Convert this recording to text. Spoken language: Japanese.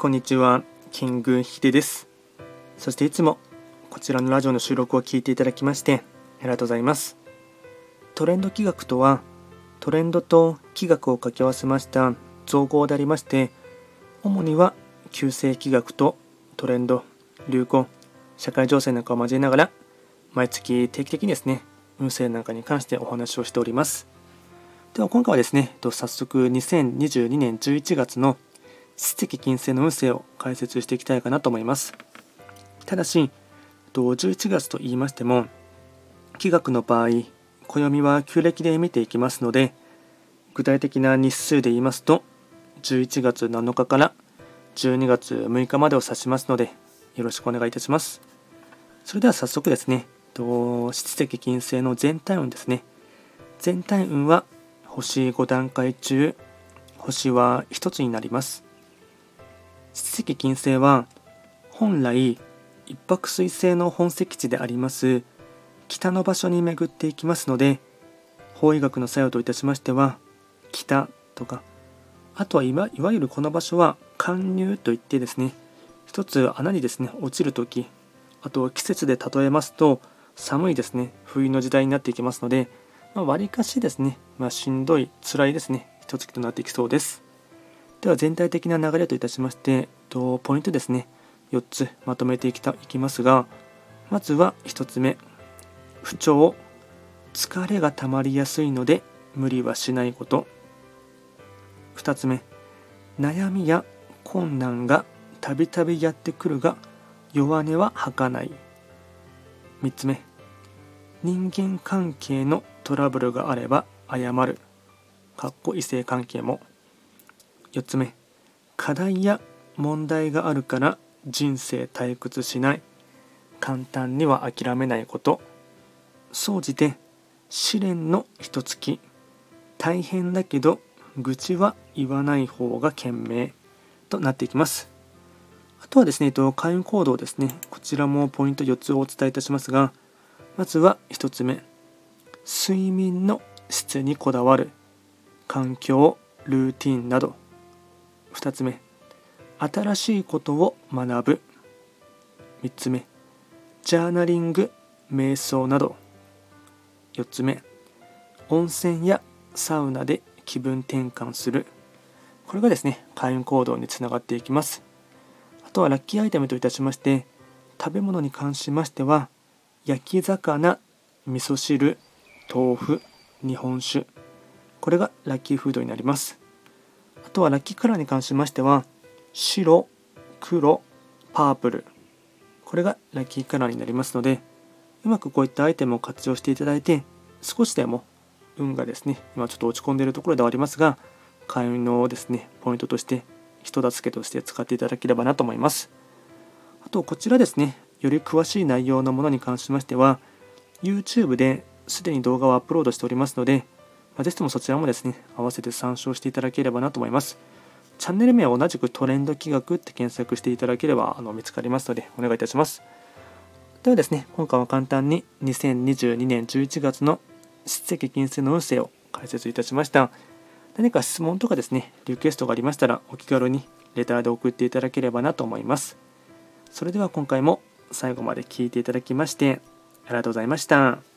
こんにちは、キングヒデです。そしていつもこちらのラジオの収録を聞いていただきましてありがとうございます。トレンド企画とは、トレンドと企画を掛け合わせました造語でありまして、主には旧世企画とトレンド、流行、社会情勢なんかを交えながら、毎月定期的にですね、運勢なんかに関してお話をしております。では今回はですね、早速2022年11月の七石金星の運勢を解説していきたいかなと思います。ただし、11月と言いましても、気学の場合、暦は旧暦で見ていきますので、具体的な日数で言いますと、11月7日から12月6日までを指しますので、よろしくお願いいたします。それでは早速ですね、七石金星の全体運ですね。全体運は星5段階中、星は1つになります。七石金星は本来一泊水星の本石地であります北の場所に巡っていきますので、方位学の作用といたしましては、北とか、あとはいわゆるこの場所は貫入といってですね、一つ穴にですね落ちるとき、あと季節で例えますと寒いですね冬の時代になっていきますので、割かしですね、しんどい辛いですね一月となっていきそうです。では全体的な流れといたしまして、ポイントですね4つまとめていきますが、まずは1つ目、不調、疲れがたまりやすいので無理はしないこと。2つ目、悩みや困難がたびたびやってくるが弱音は吐かない。3つ目、人間関係のトラブルがあれば謝る異性関係も。4つ目、課題や問題があるから人生退屈しない、簡単には諦めないこと。総じて試練の一月、大変だけど愚痴は言わない方が賢明となっていきます。あとはですね、開運行動ですね。こちらもポイント4つをお伝えいたしますが、まずは1つ目、睡眠の質にこだわる、環境、ルーティンなど。2つ目、新しいことを学ぶ。3つ目、ジャーナリング、瞑想など。4つ目、温泉やサウナで気分転換する。これがですね、開運行動につながっていきます。あとはラッキーアイテムといたしまして、食べ物に関しましては、焼き魚、味噌汁、豆腐、日本酒。これがラッキーフードになります。あとはラッキーカラーに関しましては、白、黒、パープル。これがラッキーカラーになりますので、うまくこういったアイテムを活用していただいて、少しでも運がですね、今ちょっと落ち込んでいるところではありますが、開運のですね、ポイントとして人助けとして使っていただければなと思います。あとこちらですね、より詳しい内容のものに関しましては、YouTube ですでに動画をアップロードしておりますので、ぜひともそちらもですね、合わせて参照していただければなと思います。チャンネル名は同じくトレンド企画って検索していただければ見つかりますのでお願いいたします。ではですね、今回は簡単に2022年11月の七石金星の運勢を解説いたしました。何か質問とかですね、リクエストがありましたらお気軽にレターで送っていただければなと思います。それでは今回も最後まで聞いていただきましてありがとうございました。